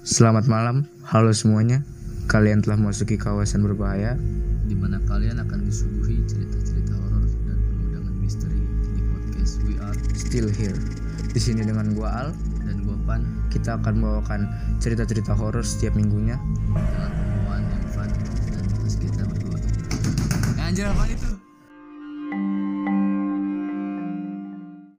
Selamat malam, halo semuanya. Kalian telah memasuki kawasan berbahaya, di mana kalian akan disuguhi cerita-cerita horor dan penuh dengan misteri di podcast We Are Still Here. Di sini dengan gua Al dan gua Pan. Kita akan membawakan cerita-cerita horor setiap minggunya dengan pembawaan yang fun dan bahas kita berdua. Anjir, apa itu?